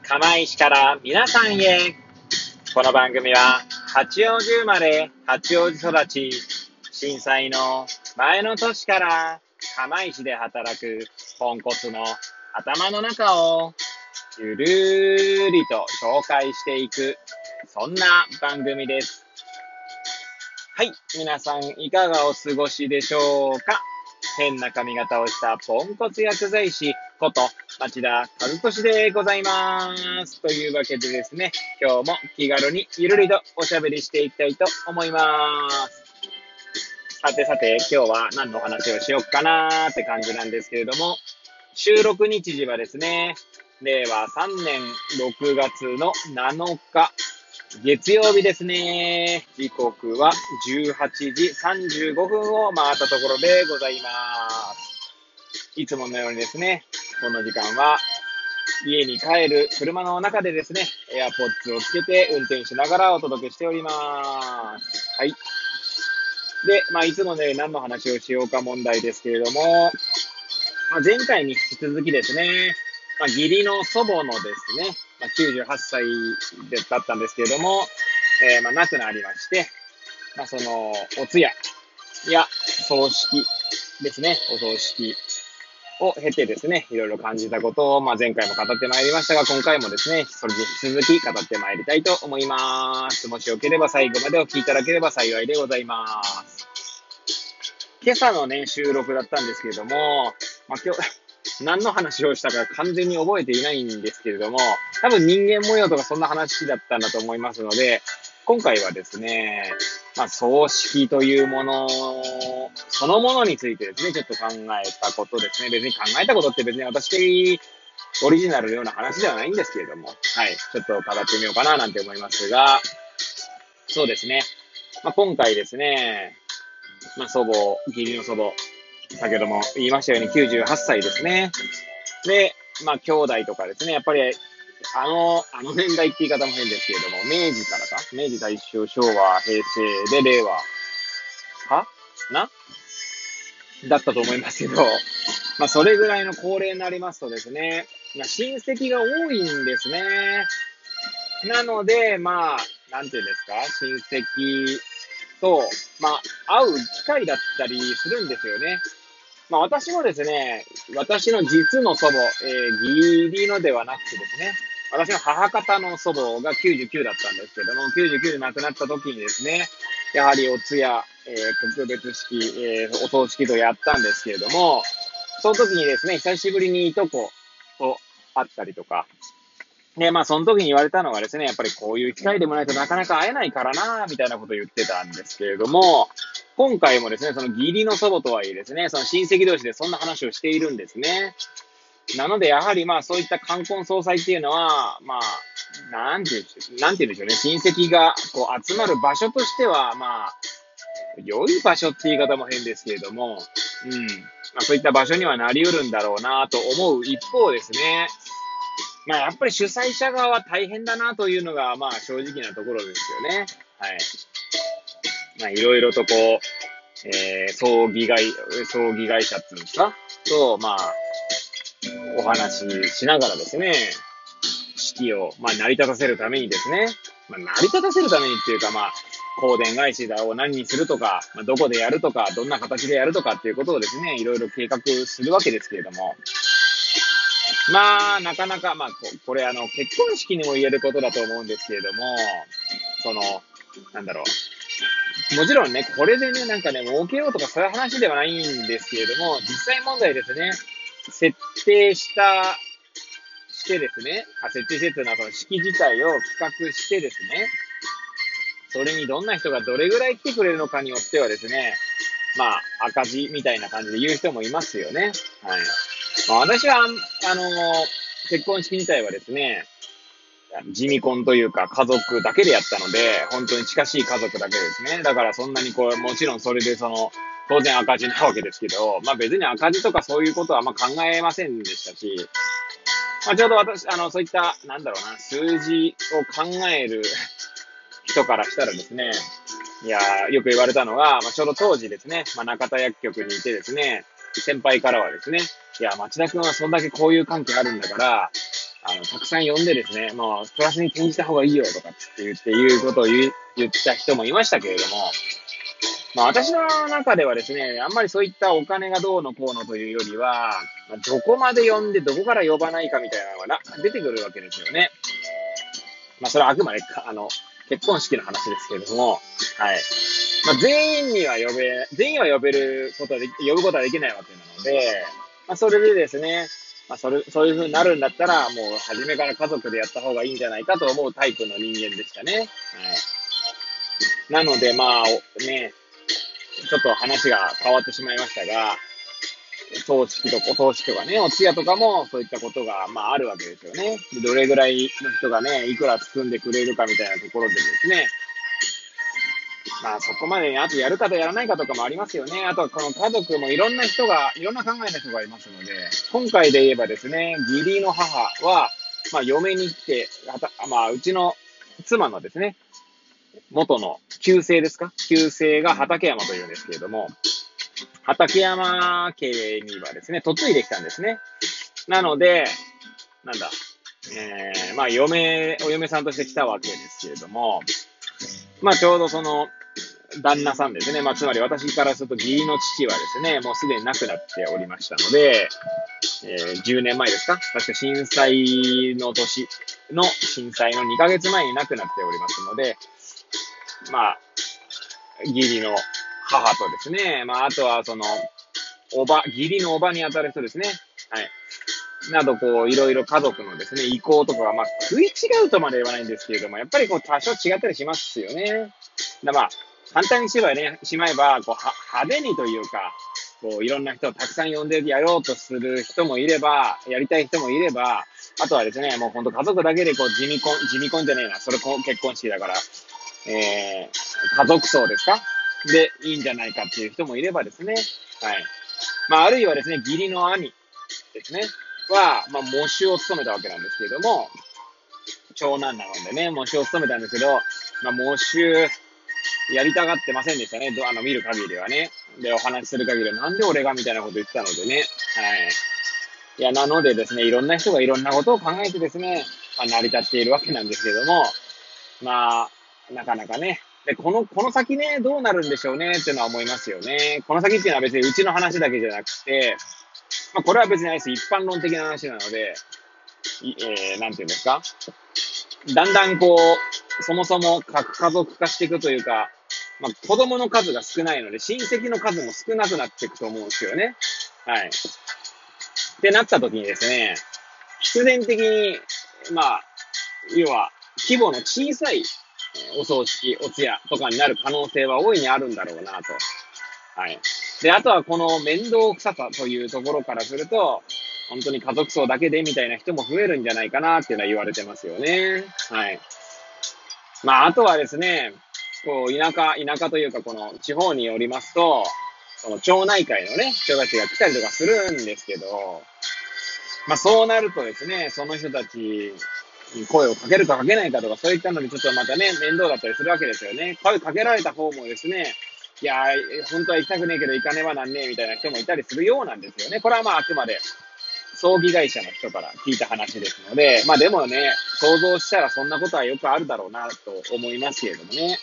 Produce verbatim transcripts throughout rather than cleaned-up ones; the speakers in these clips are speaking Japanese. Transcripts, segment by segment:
釜石から皆さんへ。この番組は八王子生まれ八王子育ち、震災の前の年から釜石で働くポンコツの頭の中をゆるーりと紹介していく、そんな番組です。はい、皆さんいかがお過ごしでしょうか。変な髪型をしたポンコツ薬剤師こと町田和俊でございます。というわけでですね、今日も気軽にゆるりとおしゃべりしていきたいと思います。さてさて、今日は何の話をしよっかなーって感じなんですけれども、収録日時はですね、れいわさんねんろくがつのなのか、月曜日ですね。時刻はじゅうはちじさんじゅうごふんを回ったところでございます。いつものようにですね、この時間は家に帰る車の中でですね、AirPods をつけて運転しながらお届けしております。はい。で、まあ、いつもね、何の話をしようか問題ですけれども、まあ、前回に引き続きですね、まあ、義理の祖母のですね、まあ、きゅうじゅうはっさいだったんですけれども、えー、まあ、亡くなりまして、まあ、その、お通夜や葬式ですね、お葬式を経てですね、いろいろ感じたことを、まあ、前回も語ってまいりましたが、今回もですね、それに引き続き語ってまいりたいと思います。もしよければ最後までお聞きいただければ幸いでございます。今朝のね、収録だったんですけれども、まあ、今日、何の話をしたか完全に覚えていないんですけれども、多分人間模様とかそんな話だったんだと思いますので、今回はですね、まあ、葬式というもの、そのものについてですね、ちょっと考えたことですね。別に考えたことって別に私、オリジナルのような話ではないんですけれども、はい、ちょっと語ってみようかななんて思いますが、そうですね、まあ、今回ですね、まあ、祖母、義理の祖母、先ほども言いましたようにきゅうじゅうはっさいですね。で、まあ、兄弟とかですね、やっぱり、あの、あの年代って言い方も変ですけれども、明治からか明治、大正、昭和、平成で令和かなだったと思いますけど、まあ、それぐらいの高齢になりますとですね、まあ、親戚が多いんですね。なので、まあ、なんていうんですか、親戚と、まあ、会う機会だったりするんですよね。まあ私もですね、私の実の祖母、えー、義理のではなくてですね、私の母方の祖母がきゅうじゅうきゅうだったんですけども、きゅうじゅうきゅうで亡くなった時にですね、やはりお通夜、えー、特別式、えー、お葬式とやったんですけれども、その時にですね、久しぶりにいとこと会ったりとか、で、まあその時に言われたのがですね、やっぱりこういう機会でもないとなかなか会えないからな、みたいなことを言ってたんですけれども、今回もですね、その義理の祖母とはいえですね、その親戚同士でそんな話をしているんですね。なので、やはりまあそういった冠婚葬祭っていうのは、まあ、なんていうんでしょう、なんて言うんでしょうね、親戚がこう集まる場所としては、まあ、良い場所って言い方も変ですけれども、うん、まあそういった場所にはなり得るんだろうなと思う一方ですね、まあやっぱり主催者側は大変だなというのが、まあ正直なところですよね。はい。まあいろいろとこう、えー、葬儀会、葬儀会社っていうんですかと、まあ、お話ししながらですね、式を、まあ、成り立たせるためにですね、まあ、成り立たせるためにっていうか、まあ、香典返しだを何にするとか、まあ、どこでやるとか、どんな形でやるとかっていうことをですね、いろいろ計画するわけですけれども、まあ、なかなか、まあ、これ、あの、結婚式にも言えることだと思うんですけれども、その、なんだろう。もちろんね、これでね、なんかね、儲けようとかそういう話ではないんですけれども、実際問題ですね、設定した、してですね、あ設定してというのはその式自体を企画してですね、それにどんな人がどれぐらい来てくれるのかによってはですね、まあ、赤字みたいな感じで言う人もいますよね。はい。まあ、私は、あの結婚式自体はですね、地味婚というか家族だけでやったので、本当に近しい家族だけですね。だからそんなにこう、もちろんそれでその、当然赤字なわけですけど、まあ別に赤字とかそういうことはあんま考えませんでしたし、まあちょうど私、あの、そういった、なんだろうな、数字を考える人からしたらですね、いやー、よく言われたのが、まあちょうど当時ですね、まあ中田薬局にいてですね、先輩からはですね、いや、町田くんはそんだけこういう関係あるんだから、 あの、たくさん呼んでですね、まあ、プラスに転じた方がいいよとかって言っていうことを言う言った人もいましたけれども、まあ私の中ではですね、あんまりそういったお金がどうのこうのというよりは、まあ、どこまで呼んでどこから呼ばないかみたいなのがな出てくるわけですよね。まあそれはあくまであの結婚式の話ですけれども、はい。まあ全員には呼べ、全員は呼べることはで、呼ぶことはできないわけなので、まあそれでですね、まあそれ、そういう風になるんだったら、もう初めから家族でやった方がいいんじゃないかと思うタイプの人間でしたね。はい。なのでまあね、ちょっと話が変わってしまいましたが、葬式とか、お葬式とかね、お通夜とかもそういったことが、まああるわけですよね。でどれぐらいの人がね、いくら包んでくれるかみたいなところでですね、まあそこまでね、あとやるかとやらないかとかもありますよね。あとはこの家族もいろんな人が、いろんな考えの人がいますので、今回で言えばですね、義理の母は、まあ嫁に来て、まあうちの妻のですね、元の旧姓ですか旧姓が畠山というんですけれども、畠山家にはですね、嫁いできたんですね。なので、なんだ、えー、まあ、嫁、お嫁さんとして来たわけですけれども、まあ、ちょうどその、旦那さんですね。まあ、つまり私からすると義理の父はですね、もうすでに亡くなっておりましたので、えー、じゅうねんまえですか確か震災の年の震災のにかげつまえに亡くなっておりますので、まあ、義理の母とですね、まあ、あとはその、おば、義理のおばにあたる人ですね。はい。など、こう、いろいろ家族のですね、意向とかが、まあ、食い違うとまで言わないんですけれども、やっぱりこう、多少違ったりしますよね。だまあ、簡単にしまえね、しまえば、こう、は、派手にというか、こう、いろんな人をたくさん呼んでやろうとする人もいれば、やりたい人もいれば、あとはですね、もうほんと家族だけでこう、地味婚、地味婚じゃねえな、それ結婚式だから、えー、家族葬ですかで、いいんじゃないかっていう人もいればですね、はい。まあ、あるいはですね、義理の兄ですね、は、まあ、喪主を務めたわけなんですけれども、長男なのでね、喪主を務めたんですけど、まあ、喪主、やりたがってませんでしたね。あの、見る限りはね。で、お話しする限りは、なんで俺がみたいなこと言ってたのでね。はい。いや、なのでですね、いろんな人がいろんなことを考えてですね、まあ、成り立っているわけなんですけども、まあ、なかなかね。で、この、この先ね、どうなるんでしょうね、っていうのは思いますよね。この先っていうのは別にうちの話だけじゃなくて、まあ、これは別にあれです。一般論的な話なので、えー、なんていうんですか。だんだんこう、そもそも核家族化していくというか、まあ、子供の数が少ないので、親戚の数も少なくなっていくと思うんですよね。はい。ってなった時にですね、必然的に、まあ、要は、規模の小さいお葬式、お通夜とかになる可能性は大いにあるんだろうなと。はい。で、あとはこの面倒くささというところからすると、本当に家族葬だけでみたいな人も増えるんじゃないかなっていうのは言われてますよね。はい。まあ、あとはですね、こう、田舎、田舎というか、この地方によりますと、その町内会のね、人たちが来たりとかするんですけど、まあそうなるとですね、その人たちに声をかけるかかけないかとか、そういったのでちょっとまたね、面倒だったりするわけですよね。声かけられた方もですね、いやー、本当は行きたくねえけど行かねばなんねえみたいな人もいたりするようなんですよね。これはまああくまで葬儀会社の人から聞いた話ですので、まあでもね、想像したらそんなことはよくあるだろうなと思いますけれどもね。はい。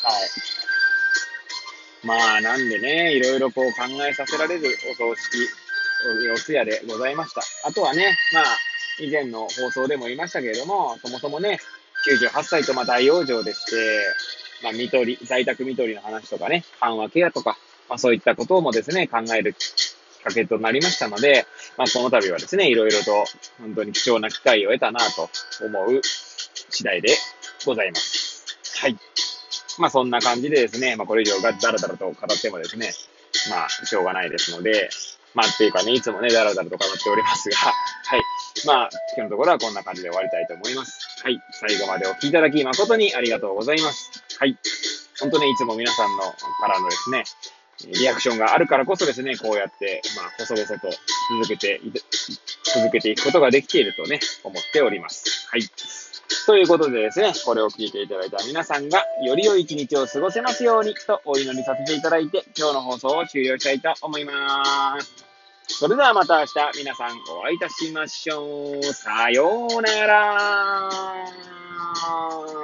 まあなんでね、いろいろこう考えさせられるお葬式、お通夜でございました。あとはね、まあ以前の放送でも言いましたけれども、そもそもね、きゅうじゅうはっさいとまあ大往生でして、まあ見取り、在宅見取りの話とかね、緩和ケアとか、まあそういったこともですね、考えるきっかけとなりましたので、まあこの度はですね、いろいろと本当に貴重な機会を得たなと思う次第でございます。はい。まあそんな感じでですね、まあこれ以上がダラダラと語ってもですね、まあしょうがないですので、まあっていうかね、いつもね、ダラダラと語っておりますが、はい。まあ今日のところはこんな感じで終わりたいと思います。はい。最後までお聞きいただき誠にありがとうございます。はい。本当ね、いつも皆さんのからのですね、リアクションがあるからこそですね、こうやって、まあ、細々と続けてい、続けていくことができているとね、思っております。はい。ということでですね、これを聞いていただいた皆さんが、より良い一日を過ごせますようにとお祈りさせていただいて、今日の放送を終了したいと思います。 それではまた明日皆さんお会いいたしましょう。さようなら。